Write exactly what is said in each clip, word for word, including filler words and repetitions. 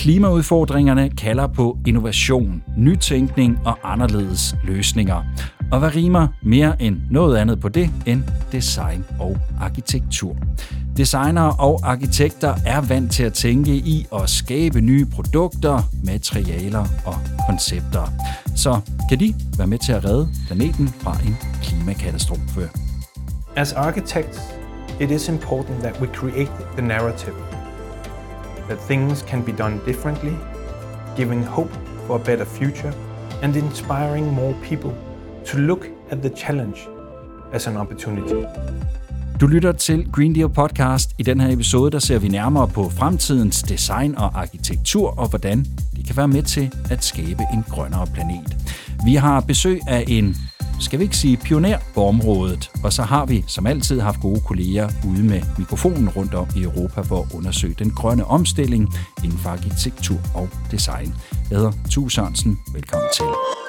Klimaudfordringerne kalder på innovation, nytænkning og anderledes løsninger. Og hvad rimer mere end noget andet på det end design og arkitektur? Designere og arkitekter er vant til at tænke i at skabe nye produkter, materialer og koncepter. Så kan de være med til at redde planeten fra en klimakatastrofe? As architects, it is important that we create the narrative. That things can be done differently, giving hope for a better future, and inspiring more people to look at the challenge as an opportunity. Du lytter til Green Deal Podcast. I den her episode der ser vi nærmere på fremtidens design og arkitektur, og hvordan de kan være med til at skabe en grønnere planet. Vi har besøg af en, skal vi ikke sige, pioner på området, og så har vi som altid haft gode kolleger ude med mikrofonen rundt om i Europa for at undersøge den grønne omstilling inden for arkitektur og design. Jeg hedder Tue Sørensen. Velkommen til.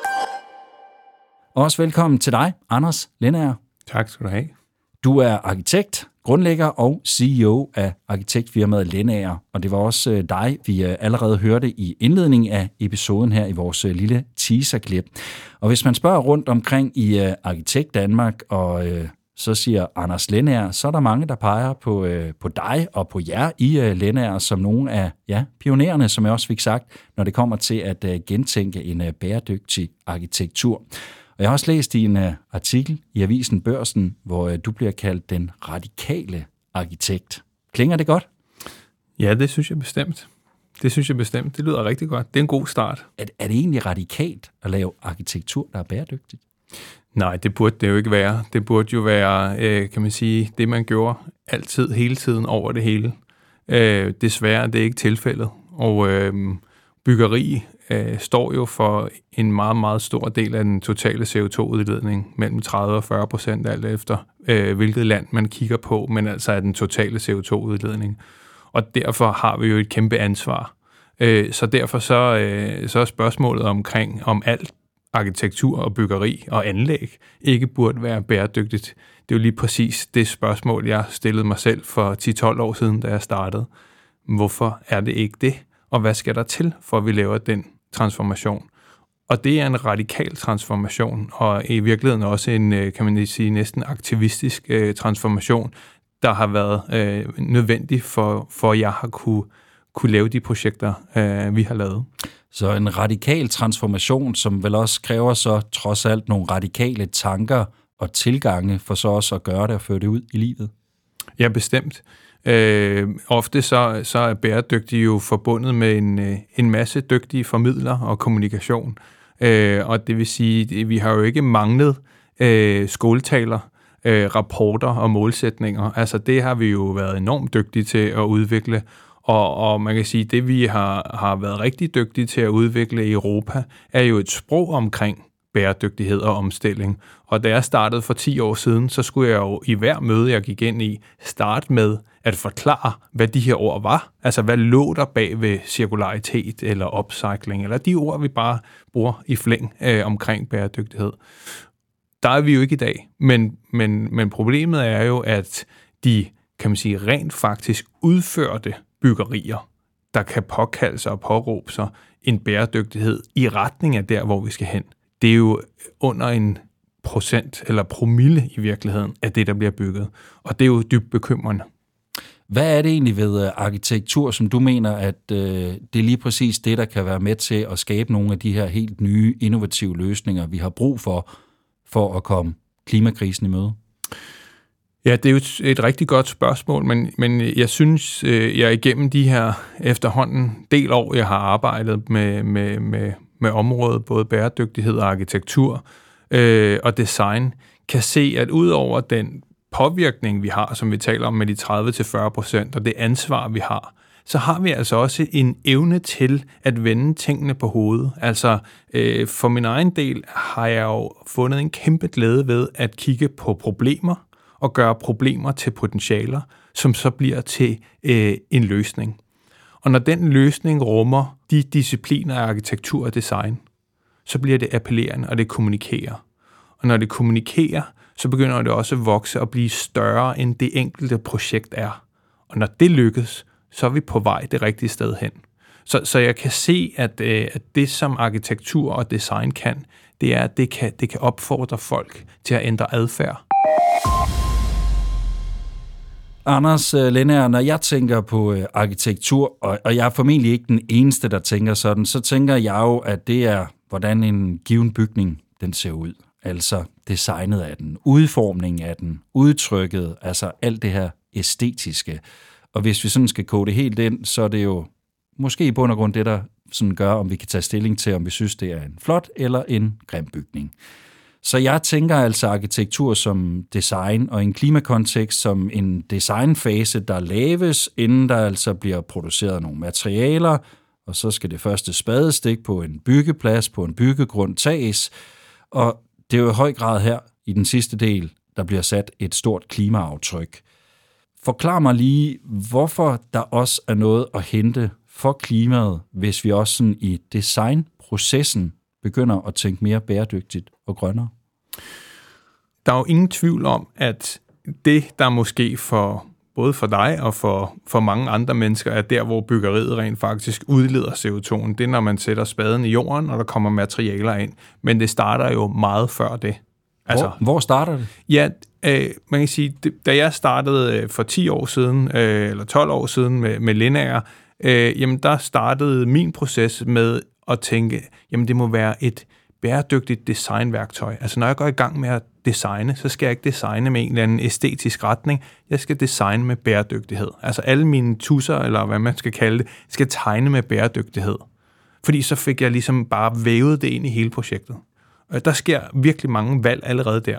Også velkommen til dig, Anders Lindager. Tak skal du have. Du er arkitekt, grundlægger og C E O af arkitektfirmaet Lindager, og det var også dig, vi allerede hørte i indledningen af episoden her i vores lille teaserklip. Og hvis man spørger rundt omkring i Arkitekt Danmark, og øh, så siger Anders Lindager, så er der mange, der peger på, øh, på dig og på jer i øh, Lindager som nogle af ja, pionererne, som jeg også fik sagt, når det kommer til at øh, gentænke en øh, bæredygtig arkitektur. Og jeg har også læst i en uh, artikel i avisen Børsen, hvor uh, du bliver kaldt den radikale arkitekt. Klinger det godt? Ja, det synes jeg bestemt. Det synes jeg bestemt. Det lyder rigtig godt. Det er en god start. Er, er det egentlig radikalt at lave arkitektur, der er bæredygtigt? Nej, det burde det jo ikke være. Det burde jo være, øh, kan man sige, det man gjorde altid, hele tiden, over det hele. Øh, desværre det er ikke tilfældet. Og øh, byggeri øh, står jo for en meget, meget stor del af den totale C O to udledning, mellem tredive og fyrre procent alt efter, øh, hvilket land man kigger på, men altså af den totale C O to udledning. Og derfor har vi jo et kæmpe ansvar. Øh, så derfor så, øh, så er spørgsmålet omkring, om alt arkitektur og byggeri og anlæg ikke burde være bæredygtigt. Det er jo lige præcis det spørgsmål, jeg stillede mig selv for ti til tolv år siden, da jeg startede. Hvorfor er det ikke det? Og hvad skal der til, for at vi laver den transformation? Og det er en radikal transformation, og i virkeligheden også en, kan man sige, næsten aktivistisk øh, transformation, der har været øh, nødvendig for, for at jeg har kunne, kunne lave de projekter, øh, vi har lavet. Så en radikal transformation, som vel også kræver så trods alt nogle radikale tanker og tilgange, for så også at gøre det og føre det ud i livet? Ja, bestemt. Øh, ofte så, så er bæredygtige jo forbundet med en, en masse dygtige formidler og kommunikation. Øh, og det vil sige, at vi har jo ikke manglet øh, skoletaler, øh, rapporter og målsætninger. Altså det har vi jo været enormt dygtige til at udvikle. Og, og man kan sige, at det vi har, har været rigtig dygtige til at udvikle i Europa, er jo et sprog omkring bæredygtighed og omstilling. Og da jeg startede for ti år siden, så skulle jeg jo i hver møde, jeg gik ind i, starte med at forklare, hvad de her ord var. Altså, hvad lå der bag ved cirkularitet eller upcycling, eller de ord, vi bare bruger i flæng øh, omkring bæredygtighed. Der er vi jo ikke i dag, men, men, men problemet er jo, at de, kan man sige, rent faktisk udførte byggerier, der kan påkalde sig og påråbe sig en bæredygtighed i retning af der, hvor vi skal hen. Det er jo under en procent eller promille i virkeligheden af det, der bliver bygget. Og det er jo dybt bekymrende. Hvad er det egentlig ved arkitektur, som du mener, at øh, det er lige præcis det, der kan være med til at skabe nogle af de her helt nye, innovative løsninger, vi har brug for, for at komme klimakrisen i møde? Ja, det er jo et, et rigtig godt spørgsmål, men, men jeg synes, øh, jeg igennem de her efterhånden del år, jeg har arbejdet med, med, med, med området, både bæredygtighed og arkitektur øh, og design, kan se, at ud over den påvirkning, vi har, som vi taler om med de tredive til fyrre procent, og det ansvar, vi har, så har vi altså også en evne til at vende tingene på hovedet. Altså, øh, for min egen del har jeg jo fundet en kæmpe glæde ved at kigge på problemer og gøre problemer til potentialer, som så bliver til øh, en løsning. Og når den løsning rummer de discipliner af arkitektur og design, så bliver det appellerende, og det kommunikerer. Og når det kommunikerer, så begynder det også at vokse og blive større, end det enkelte projekt er. Og når det lykkes, så er vi på vej det rigtige sted hen. Så, så jeg kan se, at, øh, at det, som arkitektur og design kan, det er, at det kan, det kan opfordre folk til at ændre adfærd. Anders Lindager, når jeg tænker på øh, arkitektur, og, og jeg er formentlig ikke den eneste, der tænker sådan, så tænker jeg jo, at det er, hvordan en given bygning den ser ud. Altså designet af den, udformningen af den, udtrykket, altså alt det her æstetiske. Og hvis vi sådan skal kode det helt ind, så er det jo måske i bund og grund det, der sådan gør, om vi kan tage stilling til, om vi synes, det er en flot eller en grim bygning. Så jeg tænker altså arkitektur som design, og en klimakontekst som en designfase, der laves, inden der altså bliver produceret nogle materialer, og så skal det første spadestik på en byggeplads, på en byggegrund tages, og det er jo i høj grad her, i den sidste del, der bliver sat et stort klimaaftryk. Forklar mig lige, hvorfor der også er noget at hente for klimaet, hvis vi også sådan i designprocessen begynder at tænke mere bæredygtigt og grønnere? Der er jo ingen tvivl om, at det, der måske for både for dig og for, for mange andre mennesker, er der, hvor byggeriet rent faktisk udleder C O to. Det er, når man sætter spaden i jorden, og der kommer materialer ind. Men det starter jo meget før det. Altså, hvor, hvor starter det? Ja, øh, man kan sige, det, da jeg startede for ti år siden, øh, eller tolv år siden med, med Lindager, øh, jamen der startede min proces med at tænke, jamen det må være et bæredygtigt designværktøj. Altså når jeg går i gang med at designe, så skal jeg ikke designe med en eller anden æstetisk retning. Jeg skal designe med bæredygtighed. Altså alle mine tusser, eller hvad man skal kalde det, skal tegne med bæredygtighed. Fordi så fik jeg ligesom bare vævet det ind i hele projektet. Og der sker virkelig mange valg allerede der.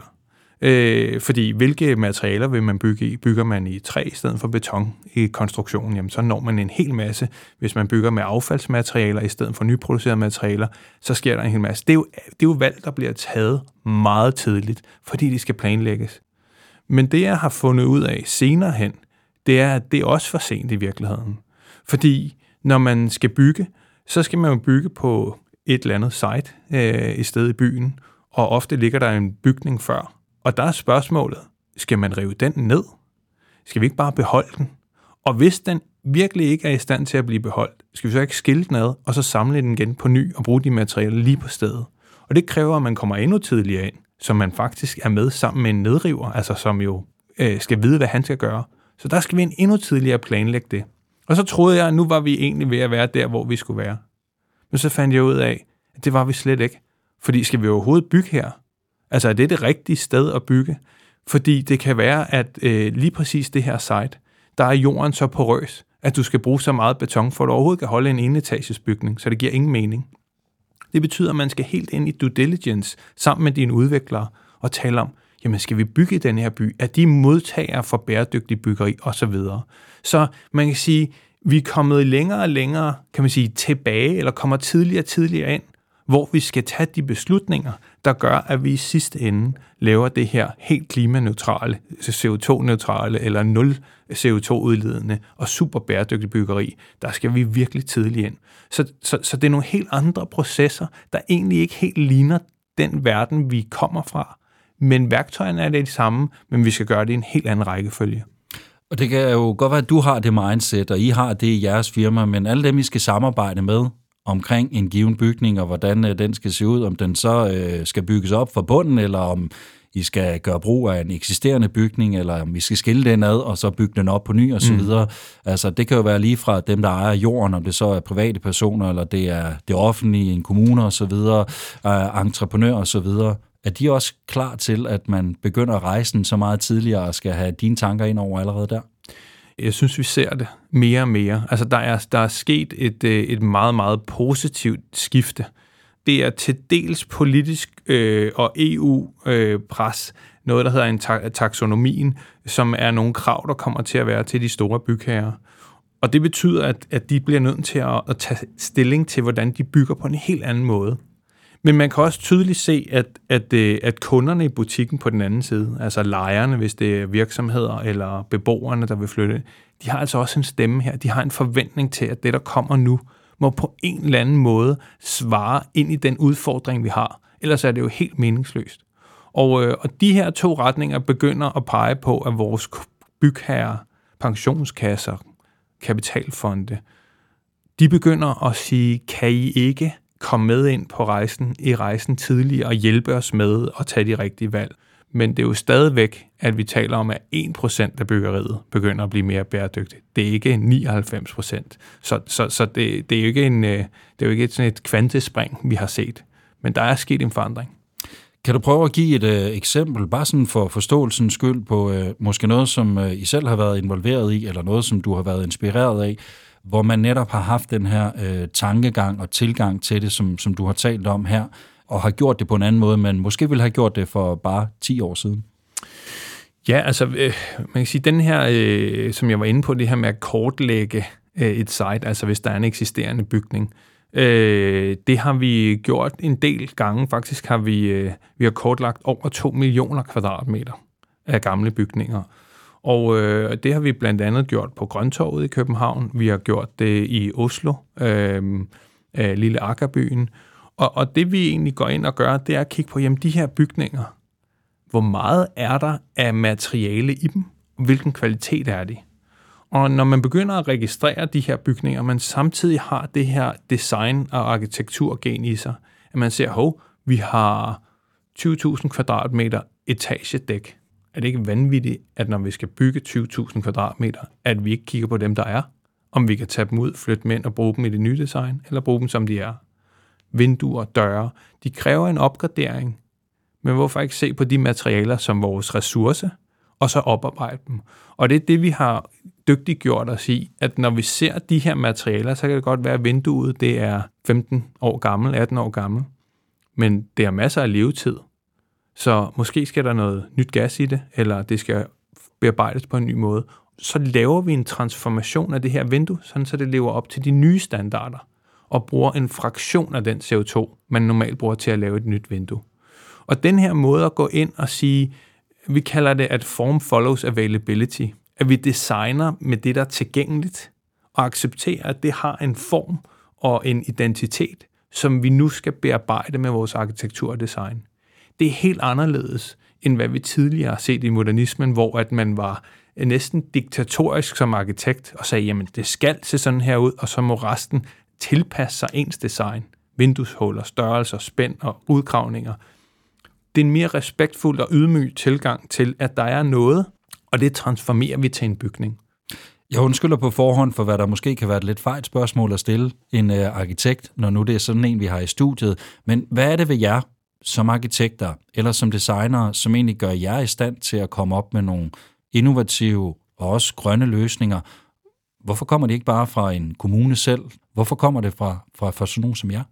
Øh, fordi hvilke materialer vil man bygge i? Bygger man i træ i stedet for beton i konstruktionen, jamen så når man en hel masse. Hvis man bygger med affaldsmaterialer i stedet for nyproducerede materialer, så sker der en hel masse. Det er jo, det er jo valg, der bliver taget meget tidligt, fordi de skal planlægges. Men det, jeg har fundet ud af senere hen, det er, at det er også for sent i virkeligheden. Fordi når man skal bygge, så skal man jo bygge på et eller andet site øh, i stedet i byen, og ofte ligger der en bygning før. Og der er spørgsmålet, skal man rive den ned? Skal vi ikke bare beholde den? Og hvis den virkelig ikke er i stand til at blive beholdt, skal vi så ikke skille den ad, og så samle den igen på ny og bruge de materialer lige på stedet? Og det kræver, at man kommer endnu tidligere ind, så man faktisk er med sammen med en nedriver, altså som jo øh, skal vide, hvad han skal gøre. Så der skal vi en endnu tidligere planlægge det. Og så troede jeg, at nu var vi egentlig ved at være der, hvor vi skulle være. Men så fandt jeg ud af, at det var vi slet ikke. Fordi skal vi overhovedet bygge her? Altså er det det rigtige sted at bygge? Fordi det kan være, at øh, lige præcis det her site, der er jorden så porøs, at du skal bruge så meget beton, for at du overhovedet kan holde en enetagesbygning, så det giver ingen mening. Det betyder, at man skal helt ind i due diligence sammen med dine udviklere og tale om, jamen skal vi bygge i den her by? Er de modtagere for bæredygtig byggeri osv.? Så man kan sige, vi er kommet længere og længere, kan man sige, tilbage, eller kommer tidligere og tidligere ind, hvor vi skal tage de beslutninger, der gør, at vi i sidste ende laver det her helt klimaneutrale, C O to neutrale eller nul C O to udledende og super bæredygtig byggeri. Der skal vi virkelig tidligt ind. Så, så, så det er nogle helt andre processer, der egentlig ikke helt ligner den verden, vi kommer fra. Men værktøjerne er det de samme, men vi skal gøre det i en helt anden rækkefølge. Og det kan jo godt være, at du har det mindset, og I har det i jeres firma, men alle dem, I skal samarbejde med omkring en given bygning, og hvordan øh, den skal se ud, om den så øh, skal bygges op fra bunden, eller om I skal gøre brug af en eksisterende bygning, eller om I skal skille den ad, og så bygge den op på ny, og så videre. Mm. Altså, det kan jo være lige fra dem, der ejer jorden, om det så er private personer, eller det er det offentlige, en kommune, og så videre, øh, entreprenører, og så videre. Er de også klar til, at man begynder rejsen så meget tidligere, og skal have dine tanker ind over allerede der? Jeg synes, vi ser det mere og mere. Altså, der er, der er sket et, et meget, meget positivt skifte. Det er til dels politisk øh, og E U-pres, øh, noget, der hedder en ta- taksonomien, som er nogle krav, der kommer til at være til de store bygherrer. Og det betyder, at, at de bliver nødt til at, at tage stilling til, hvordan de bygger på en helt anden måde. Men man kan også tydeligt se, at, at, at kunderne i butikken på den anden side, altså lejerne, hvis det er virksomheder, eller beboerne, der vil flytte, de har altså også en stemme her. De har en forventning til, at det, der kommer nu, må på en eller anden måde svare ind i den udfordring, vi har. Ellers er det jo helt meningsløst. Og, og de her to retninger begynder at pege på, at vores bygherrer, pensionskasser, kapitalfonde, de begynder at sige, kan I ikke komme med ind på rejsen, i rejsen tidligere og hjælpe os med at tage de rigtige valg. Men det er jo stadigvæk, at vi taler om, at en procent af byggeriet begynder at blive mere bæredygtigt. Det er ikke nioghalvfems procent. Så, så, så det, det er jo ikke, en, det er jo ikke et, sådan et kvantespring, vi har set. Men der er sket en forandring. Kan du prøve at give et øh, eksempel, bare sådan for forståelsens skyld, på øh, måske noget, som øh, I selv har været involveret i, eller noget, som du har været inspireret af, hvor man netop har haft den her øh, tankegang og tilgang til det, som, som du har talt om her, og har gjort det på en anden måde, men måske ville have gjort det for bare ti år siden? Ja, altså, øh, man kan sige, den her, øh, som jeg var inde på, det her med at kortlægge øh, et site, altså hvis der er en eksisterende bygning, øh, det har vi gjort en del gange. Faktisk har vi, øh, vi har kortlagt over to millioner kvadratmeter af gamle bygninger. Og øh, det har vi blandt andet gjort på Grøntorvet i København. Vi har gjort det i Oslo, øh, øh, Lille Akkerbyen. Og, og det vi egentlig går ind og gør, det er at kigge på, jamen de her bygninger, hvor meget er der af materiale i dem? Hvilken kvalitet er de? Og når man begynder at registrere de her bygninger, man samtidig har det her design- og arkitekturgen i sig, at man ser, hov, vi har tyve tusind kvadratmeter etagedæk. Er det ikke vanvittigt, at når vi skal bygge tyve tusind kvadratmeter, at vi ikke kigger på dem, der er? Om vi kan tage dem ud, flytte dem ind og bruge dem i det nye design, eller bruge dem, som de er? Vinduer, døre, de kræver en opgradering. Men hvorfor ikke se på de materialer som vores ressource, og så oparbejde dem? Og det er det, vi har dygtiggjort os i, at når vi ser de her materialer, så kan det godt være, at vinduet det er femten år gammel, atten år gammel, men det har masser af levetid. Så måske skal der noget nyt gas i det, eller det skal bearbejdes på en ny måde. Så laver vi en transformation af det her vindue, sådan så det lever op til de nye standarder, og bruger en fraktion af den C O to, man normalt bruger til at lave et nyt vindue. Og den her måde at gå ind og sige, vi kalder det, at form follows availability, at vi designer med det, der er tilgængeligt, og accepterer, at det har en form og en identitet, som vi nu skal bearbejde med vores arkitektur og design. Det er helt anderledes, end hvad vi tidligere har set i modernismen, hvor at man var næsten diktatorisk som arkitekt og sagde, jamen det skal se sådan her ud, og så må resten tilpasse sig ens design. Vindueshuller, størrelser, spænd og udgravninger. Det er en mere respektfuld og ydmyg tilgang til, at der er noget, og det transformerer vi til en bygning. Jeg undskylder på forhånd for, hvad der måske kan være et lidt fejt spørgsmål at stille en uh, arkitekt, når nu det er sådan en, vi har i studiet. Men hvad er det ved jer som arkitekter eller som designere, som egentlig gør jer i stand til at komme op med nogle innovative og også grønne løsninger? Hvorfor kommer det ikke bare fra en kommune selv? Hvorfor kommer det fra, fra, fra sådan nogen som jer?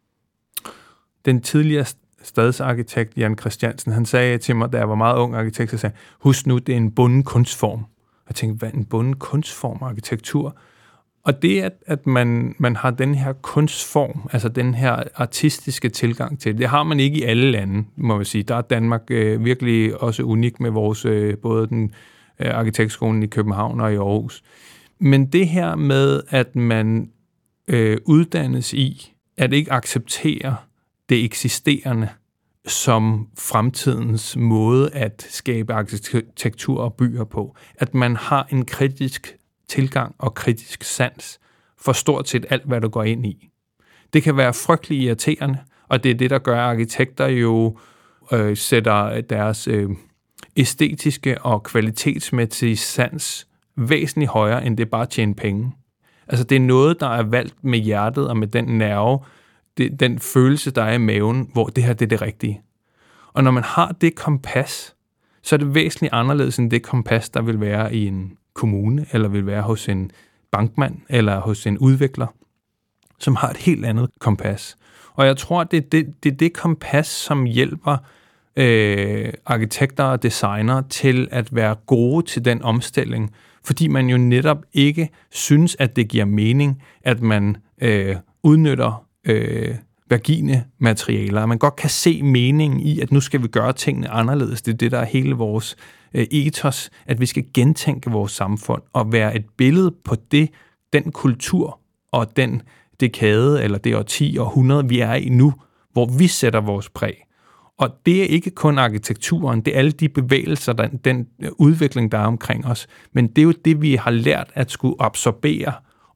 Den tidligere stadsarkitekt Jan Christiansen, han sagde til mig, da jeg var meget ung arkitekt, så sagde, husk nu, det er en bunden kunstform. Jeg tænkte, hvad er en bunden kunstform arkitektur? Og det, at, at man, man har den her kunstform, altså den her artistiske tilgang til det, det har man ikke i alle lande, må man sige. Der er Danmark øh, virkelig også unik med vores, øh, både den øh, arkitektskolen i København og i Aarhus. Men det her med, at man øh, uddannes i, at ikke acceptere det eksisterende som fremtidens måde at skabe arkitektur og byer på. At man har en kritisk tilgang og kritisk sans for stort set alt, hvad du går ind i. Det kan være frygtelig irriterende, og det er det, der gør, at arkitekter jo øh, sætter deres øh, æstetiske og kvalitetsmæssige sans væsentligt højere, end det bare at tjene penge. Altså det er noget, der er valgt med hjertet og med den nerve, det, den følelse, der er i maven, hvor det her det er det rigtige. Og når man har det kompas, så er det væsentligt anderledes end det kompas, der vil være i en kommune, eller vil være hos en bankmand, eller hos en udvikler, som har et helt andet kompas. Og jeg tror, det er det, det, er det kompas, som hjælper øh, arkitekter og designer til at være gode til den omstilling, fordi man jo netop ikke synes, at det giver mening, at man øh, udnytter øh, vergine materialer. Man godt kan se meningen i, at nu skal vi gøre tingene anderledes. Det er det, der er hele vores øh, ethos, at vi skal gentænke vores samfund og være et billede på det, den kultur og den dekade eller det årti og hundrede, vi er i nu, hvor vi sætter vores præg. Og det er ikke kun arkitekturen, det er alle de bevægelser, den, den udvikling, der er omkring os. Men det er jo det, vi har lært at skulle absorbere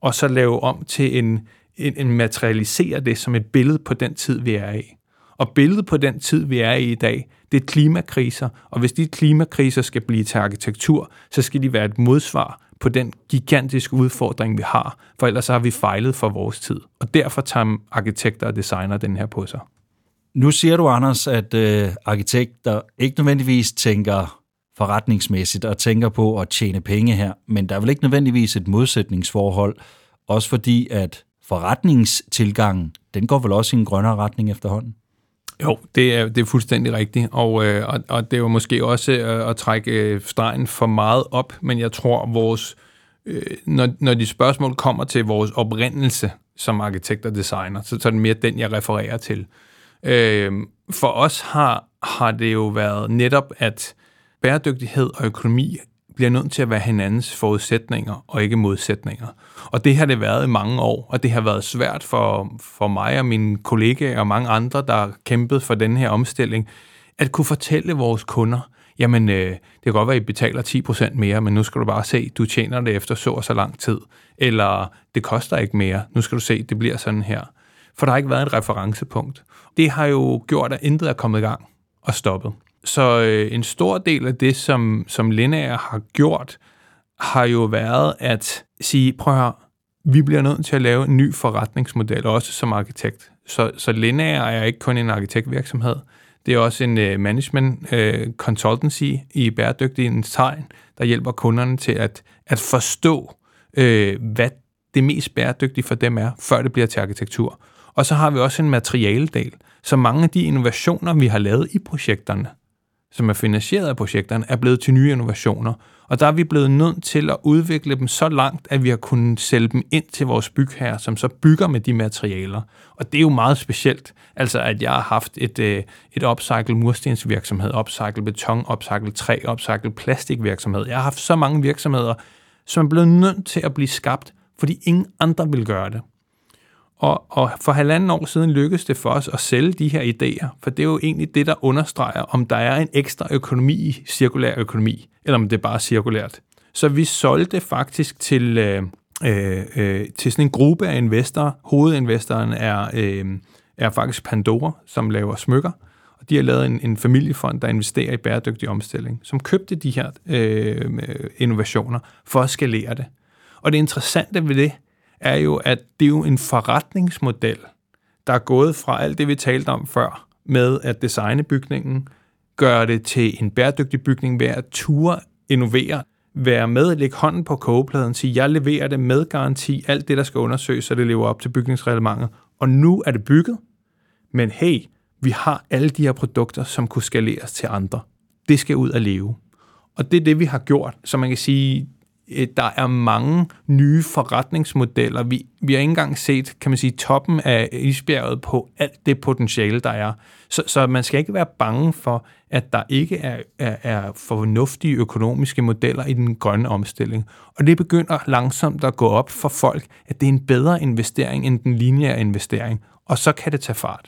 og så lave om til en, en, en materialisere det som et billede på den tid, vi er i. Og billedet på den tid, vi er i i dag, det er klimakriser, og hvis de klimakriser skal blive til arkitektur, så skal de være et modsvar på den gigantiske udfordring, vi har, for ellers har vi fejlet for vores tid. Og derfor tager arkitekter og designer den her på sig. Nu siger du, Anders, at øh, arkitekter ikke nødvendigvis tænker forretningsmæssigt og tænker på at tjene penge her, men der er vel ikke nødvendigvis et modsætningsforhold, også fordi at forretningstilgangen, den går vel også i en grønnere retning efterhånden? Jo, det er, det er fuldstændig rigtigt, og, øh, og, og det er jo måske også øh, at trække øh, stregen for meget op, men jeg tror, vores, øh, når, når de spørgsmål kommer til vores oprindelse som arkitekt og designer, så, så er det mere den, jeg refererer til. Øh, for os har, har det jo været netop, at bæredygtighed og økonomi bliver nødt til at være hinandens forudsætninger og ikke modsætninger. Og det har det været i mange år, og det har været svært for, for mig og mine kollegaer og mange andre, der har kæmpet for den her omstilling, at kunne fortælle vores kunder, jamen øh, det kan godt være, at I betaler ti procent mere, men nu skal du bare se, du tjener det efter så og så lang tid. Eller det koster ikke mere, nu skal du se, det bliver sådan her. For der har ikke været et referencepunkt. Det har jo gjort, at intet er kommet i gang og stoppet. Så øh, en stor del af det, som, som Lineair har gjort, har jo været at sige, prøv at høre, vi bliver nødt til at lave en ny forretningsmodel, også som arkitekt. Så, så Lineair er ikke kun en arkitektvirksomhed, det er også en uh, management uh, consultancy i bæredygtighedens tegn, der hjælper kunderne til at, at forstå, uh, hvad det mest bæredygtige for dem er, før det bliver til arkitektur. Og så har vi også en materialedel, så mange af de innovationer, vi har lavet i projekterne, som er finansieret af projekterne, er blevet til nye innovationer. Og der er vi blevet nødt til at udvikle dem så langt, at vi har kunnet sælge dem ind til vores bygherrer, som så bygger med de materialer. Og det er jo meget specielt, altså at jeg har haft et, et upcycle murstensvirksomhed, upcycle beton, upcycle træ, upcycle plastikvirksomhed. Jeg har haft så mange virksomheder, som er blevet nødt til at blive skabt, fordi ingen andre vil gøre det. Og, og for halvanden år siden lykkedes det for os at sælge de her idéer, for det er jo egentlig det, der understreger, om der er en ekstra økonomi i cirkulær økonomi, eller om det er bare cirkulært. Så vi solgte faktisk til, øh, øh, til sådan en gruppe af investorer. Hovedinvestoren er, øh, er faktisk Pandora, som laver smykker, og de har lavet en, en familiefond, der investerer i bæredygtig omstilling, som købte de her øh, innovationer for at skalere det. Og det interessante ved det, er jo, at det er jo en forretningsmodel, der er gået fra alt det, vi talte om før, med at designe bygningen, gøre det til en bæredygtig bygning ved at ture, innovere, være med, lægge hånden på kogepladen, sige, jeg leverer det med garanti, alt det, der skal undersøges, så det lever op til bygningsreglementet. Og nu er det bygget, men hey, vi har alle de her produkter, som kunne skaleres til andre. Det skal ud at leve. Og det er det, vi har gjort, så man kan sige, der er mange nye forretningsmodeller. Vi, vi har ikke engang set, kan man sige, toppen af isbjerget på alt det potentiale, der er. Så, så man skal ikke være bange for, at der ikke er, er, er fornuftige økonomiske modeller i den grønne omstilling. Og det begynder langsomt at gå op for folk, at det er en bedre investering end den lineære investering. Og så kan det tage fart.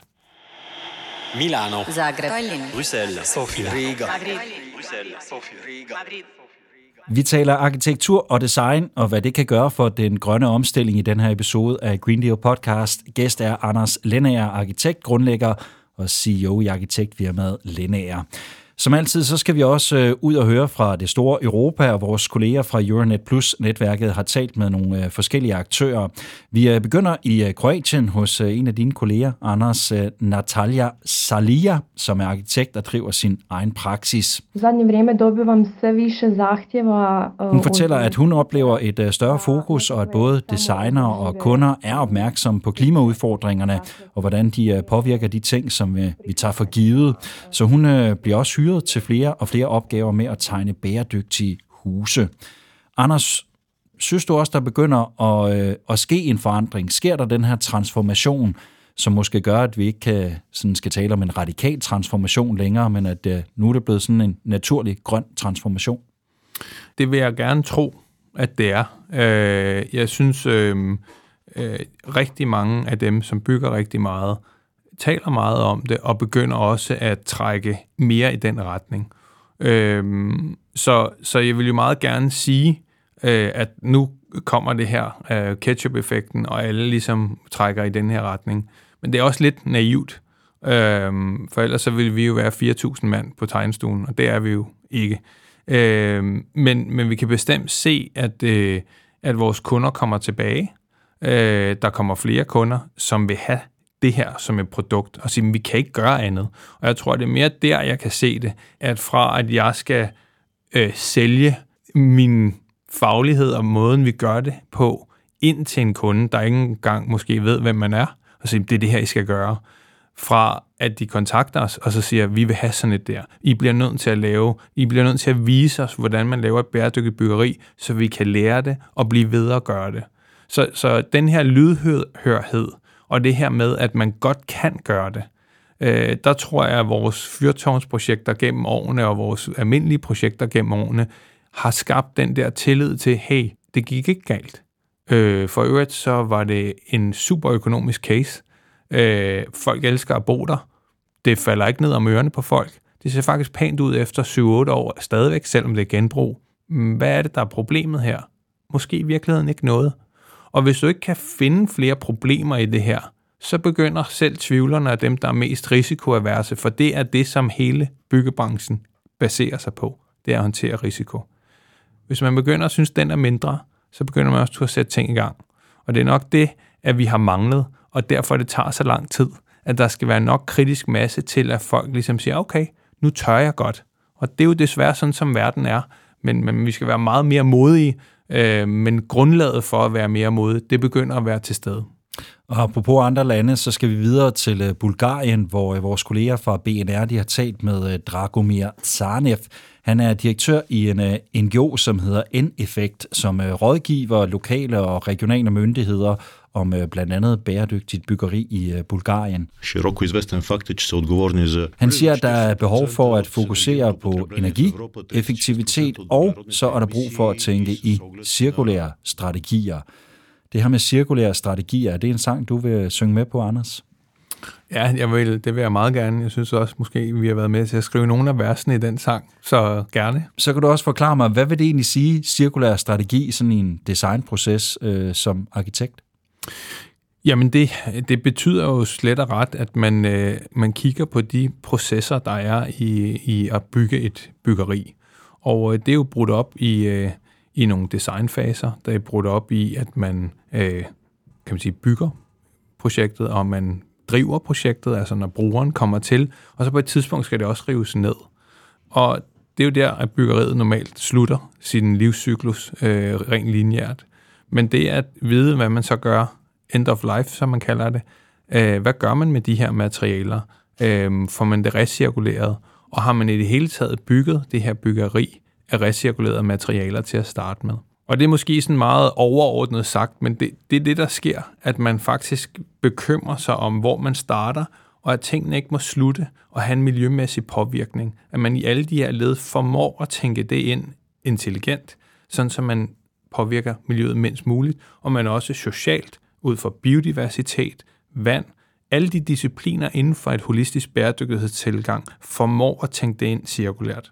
Milano, Zagreb, Bruxelles, Sofia, Riga, Bruxelles, Sofia, Riga, Madrid. Vi taler arkitektur og design, og hvad det kan gøre for den grønne omstilling i den her episode af Green Deal Podcast. Gæst er Anders Lineair, arkitekt, grundlægger og C E O i arkitektfirmaet Lineair. Som altid, så skal vi også ud og høre fra det store Europa, og vores kolleger fra Euronet Plus-netværket har talt med nogle forskellige aktører. Vi begynder i Kroatien hos en af dine kolleger, Anders, Natalia Salija, som er arkitekt og driver sin egen praksis. Hun fortæller, at hun oplever et større fokus, og at både designer og kunder er opmærksomme på klimaudfordringerne, og hvordan de påvirker de ting, som vi tager for givet. Så hun bliver også hyret til flere og flere opgaver med at tegne bæredygtige huse. Anders, synes du også, der begynder at, øh, at ske en forandring? Sker der den her transformation, som måske gør, at vi ikke kan, sådan skal tale om en radikal transformation længere, men at øh, nu er det blevet sådan en naturlig grøn transformation? Det vil jeg gerne tro, at det er. Øh, jeg synes, øh, øh, rigtig mange af dem, som bygger rigtig meget, taler meget om det, og begynder også at trække mere i den retning. Øhm, så, så jeg vil jo meget gerne sige, øh, at nu kommer det her øh, ketchup-effekten, og alle ligesom trækker i den her retning. Men det er også lidt naivt, øh, for ellers så ville vi jo være fire tusind mand på tegnestuen, og det er vi jo ikke. Øh, men, men vi kan bestemt se, at, øh, at vores kunder kommer tilbage. Øh, der kommer flere kunder, som vil have det her som et produkt, og sige, at vi kan ikke gøre andet. Og jeg tror, det er mere der, jeg kan se det, at fra at jeg skal øh, sælge min faglighed og måden, vi gør det på, ind til en kunde, der ikke engang måske ved, hvem man er, og sige, det er det her, I skal gøre. Fra at de kontakter os, og så siger, vi vil have sådan et der. I bliver nødt til at lave, I bliver nødt til at vise os, hvordan man laver et bæredygtigt byggeri, så vi kan lære det og blive ved at gøre det. Så, så den her lydhørhed, og det her med, at man godt kan gøre det, øh, der tror jeg, at vores fyrtårnsprojekter gennem årene, og vores almindelige projekter gennem årene, har skabt den der tillid til, hey, det gik ikke galt. Øh, for øvrigt så var det en super økonomisk case. Øh, folk elsker at bo der. Det falder ikke ned om ørerne på folk. Det ser faktisk pænt ud efter syv otte år stadigvæk, selvom det er genbrug. Hvad er det, der er problemet her? Måske i virkeligheden ikke noget. Og hvis du ikke kan finde flere problemer i det her, så begynder selv tvivlerne af dem, der er mest risikoaverse, for det er det, som hele byggebranchen baserer sig på. Det er at håndtere risiko. Hvis man begynder at synes, at den er mindre, så begynder man også at sætte ting i gang. Og det er nok det, at vi har manglet, og derfor det tager så lang tid, at der skal være nok kritisk masse til, at folk ligesom siger, okay, nu tør jeg godt. Og det er jo desværre sådan, som verden er, men, men vi skal være meget mere modige, øh, men grundlaget for at være mere modige, det begynder at være til stede. Og apropos andre lande, så skal vi videre til Bulgarien, hvor vores kolleger fra B N R de har talt med Dragomir Zanev. Han er direktør i en N G O, som hedder N-Effekt, som rådgiver lokale og regionale myndigheder om blandt andet bæredygtigt byggeri i Bulgarien. Han siger, at der er behov for at fokusere på energieffektivitet, og så er der brug for at tænke i cirkulære strategier. Det her med cirkulære strategier, er det en sang, du vil synge med på, Anders? Ja, jeg vil, det vil jeg meget gerne. Jeg synes også, måske vi har været med til at skrive nogle af versene i den sang, så gerne. Så kan du også forklare mig, hvad vil det egentlig sige, cirkulær strategi, sådan en designproces øh, som arkitekt? Jamen, det, det betyder jo slet og ret, at man, øh, man kigger på de processer, der er i, i at bygge et byggeri. Og øh, det er jo brudt op i... Øh, i nogle designfaser, der er brudt op i, at man, øh, kan man sige, bygger projektet, og man driver projektet, altså når brugeren kommer til, og så på et tidspunkt skal det også rives ned. Og det er jo der, at byggeriet normalt slutter sin livscyklus øh, rent lineært. Men det at vide, hvad man så gør, end of life, som man kalder det, øh, hvad gør man med de her materialer? Øh, får man det recirkuleret? Og har man i det hele taget bygget det her byggeri af recirkulerede materialer til at starte med. Og det er måske sådan meget overordnet sagt, men det, det er det, der sker, at man faktisk bekymrer sig om, hvor man starter, og at tingene ikke må slutte og have en miljømæssig påvirkning. At man i alle de her led formår at tænke det ind intelligent, sådan så man påvirker miljøet mindst muligt, og man også socialt, ud fra biodiversitet, vand, alle de discipliner inden for et holistisk bæredygtighedstilgang, formår at tænke det ind cirkulært.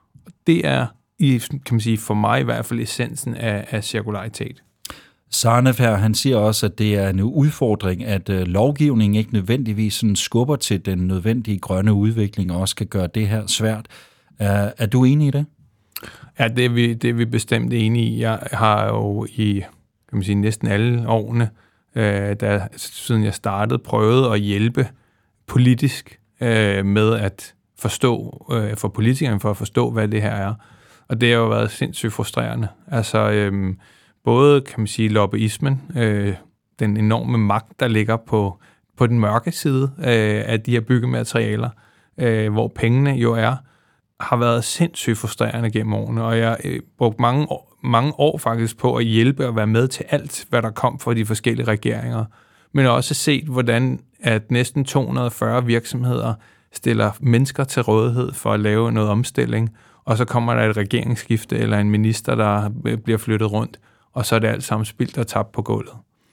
Det er, i, kan man sige, for mig i hvert fald essensen af, af cirkularitet. Zanev her, han siger også, at det er en udfordring, at øh, lovgivningen ikke nødvendigvis sådan skubber til den nødvendige grønne udvikling, og også kan gøre det her svært. Er, er du enig i det? Ja, det er, vi, det er vi bestemt enige i. Jeg har jo i kan man sige, næsten alle årene, øh, der, siden jeg startede, prøvet at hjælpe politisk øh, med at forstå, øh, for politikerne for at forstå, hvad det her er. Og det har jo været sindssygt frustrerende. Altså, øh, både, kan man sige, lobbyismen, øh, den enorme magt, der ligger på, på den mørke side øh, af de her byggematerialer, øh, hvor pengene jo er, har været sindssygt frustrerende gennem årene, og jeg har øh, brugt mange år, mange år faktisk på at hjælpe og være med til alt, hvad der kom fra de forskellige regeringer, men også set, hvordan at næsten to hundrede og fyrre virksomheder stiller mennesker til rådighed for at lave noget omstilling, og så kommer der et regeringsskifte eller en minister, der bliver flyttet rundt, og så er det alt sammen spildt og tabt på gulvet.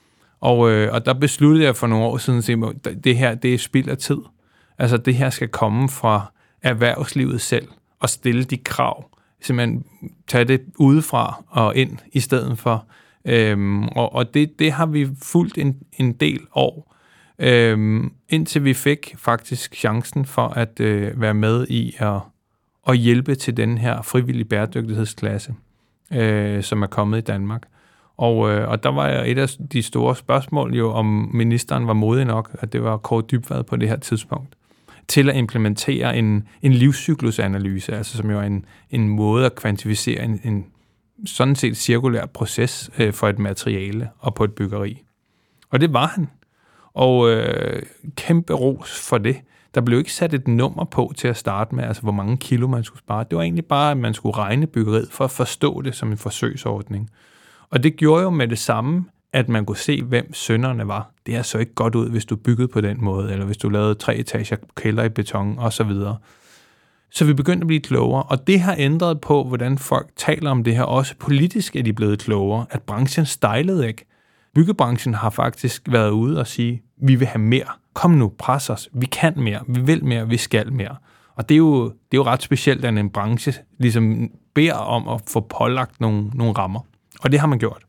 Og, øh, og der besluttede jeg for nogle år siden, at det her, det er spild af tid. Altså det her skal komme fra erhvervslivet selv, og stille de krav, simpelthen tage det udefra og ind, i stedet for Øhm, og og det, det har vi fulgt en, en del år, øhm, indtil vi fik faktisk chancen for at øh, være med i at, at hjælpe til den her frivillige bæredygtighedsklasse, øh, som er kommet i Danmark. Og, øh, og der var et af de store spørgsmål jo, om ministeren var modig nok, at det var Kaare Dybvad på det her tidspunkt, til at implementere en, en livscyklusanalyse, altså som jo er en, en måde at kvantificere en, en sådan set cirkulær proces øh, for et materiale og på et byggeri. Og det var han. Og øh, kæmpe ros for det. Der blev ikke sat et nummer på til at starte med, altså hvor mange kilo man skulle spare. Det var egentlig bare, at man skulle regne byggeriet for at forstå det som en forsøgsordning. Og det gjorde jo med det samme, at man kunne se, hvem synderne var. Det er så ikke godt ud, hvis du byggede på den måde, eller hvis du lavede tre etager kælder i beton osv. Så vi begyndte at blive klogere, og det har ændret på, hvordan folk taler om det her. Også politisk er de blevet klogere, at branchen stejlede ikke. Byggebranchen har faktisk været ude og sige, vi vil have mere. Kom nu, pres os. Vi kan mere, vi vil mere, vi skal mere. Og det er jo, det er jo ret specielt, at en branche ligesom beder om at få pålagt nogle, nogle rammer. Og det har man gjort.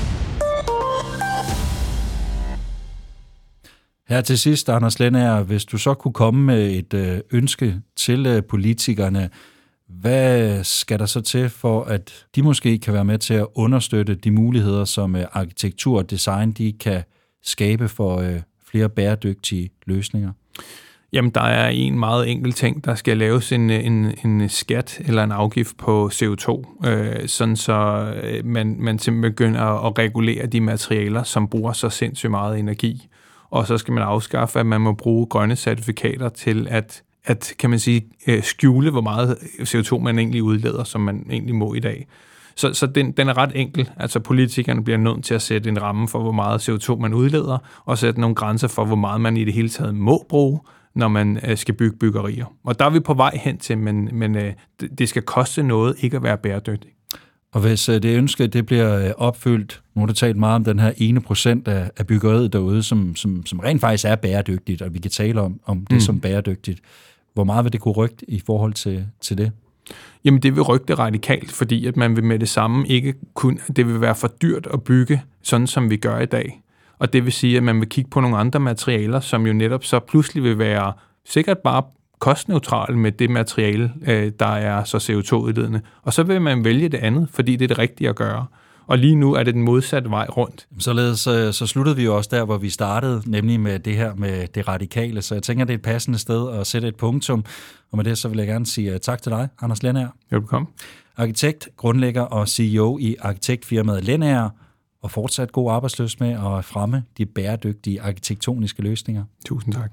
Her til sidst, Anders Lennager, hvis du så kunne komme med et øh, ønske til øh, politikerne, hvad skal der så til for, at de måske kan være med til at understøtte de muligheder, som øh, arkitektur og design de kan skabe for øh, flere bæredygtige løsninger? Jamen, der er en meget enkel ting. Der skal laves en, en, en skat eller en afgift på C O to, øh, sådan så man, man simpelthen begynder at regulere de materialer, som bruger så sindssygt meget energi. Og så skal man afskaffe, at man må bruge grønne certifikater til at, at kan man sige, skjule, hvor meget C O to man egentlig udleder, som man egentlig må i dag. Så, så den, den er ret enkel. Altså politikerne bliver nødt til at sætte en ramme for, hvor meget C O to man udleder, og sætte nogle grænser for, hvor meget man i det hele taget må bruge, når man øh, skal bygge byggerier. Og der er vi på vej hen til, men, men øh, det skal koste noget ikke at være bæredygtig. Og hvis øh, det ønske det bliver øh, opfyldt, nu har du talt meget om den her ene procent af, af byggeriet derude, som, som, som rent faktisk er bæredygtigt, og vi kan tale om, om det mm. som bæredygtigt. Hvor meget vil det kunne rykke i forhold til, til det? Jamen det vil rykke det radikalt, fordi at man vil med det samme ikke kun, det vil være for dyrt at bygge, sådan som vi gør i dag. Og det vil sige, at man vil kigge på nogle andre materialer, som jo netop så pludselig vil være sikkert bare kostneutrale med det materiale, der er så C O to udledende. Og så vil man vælge det andet, fordi det er det rigtige at gøre. Og lige nu er det den modsatte vej rundt. Således så sluttede vi jo også der, hvor vi startede, nemlig med det her med det radikale. Så jeg tænker, det er et passende sted at sætte et punktum. Og med det så vil jeg gerne sige tak til dig, Anders Lennager. Velkommen. Arkitekt, grundlægger og C E O i arkitektfirmaet Lennager. Og fortsat god arbejdsløs med at fremme de bæredygtige arkitektoniske løsninger. Tusind tak.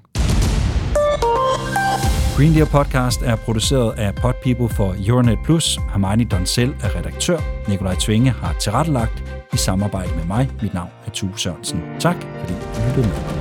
Green Deal Podcast er produceret af Podpeople for Euronet Plus. Hermione Donsel er redaktør. Nikolaj Tvinge har tilrettelagt i samarbejde med mig. Mit navn er Tue Sørensen. Tak, fordi du lyttede med.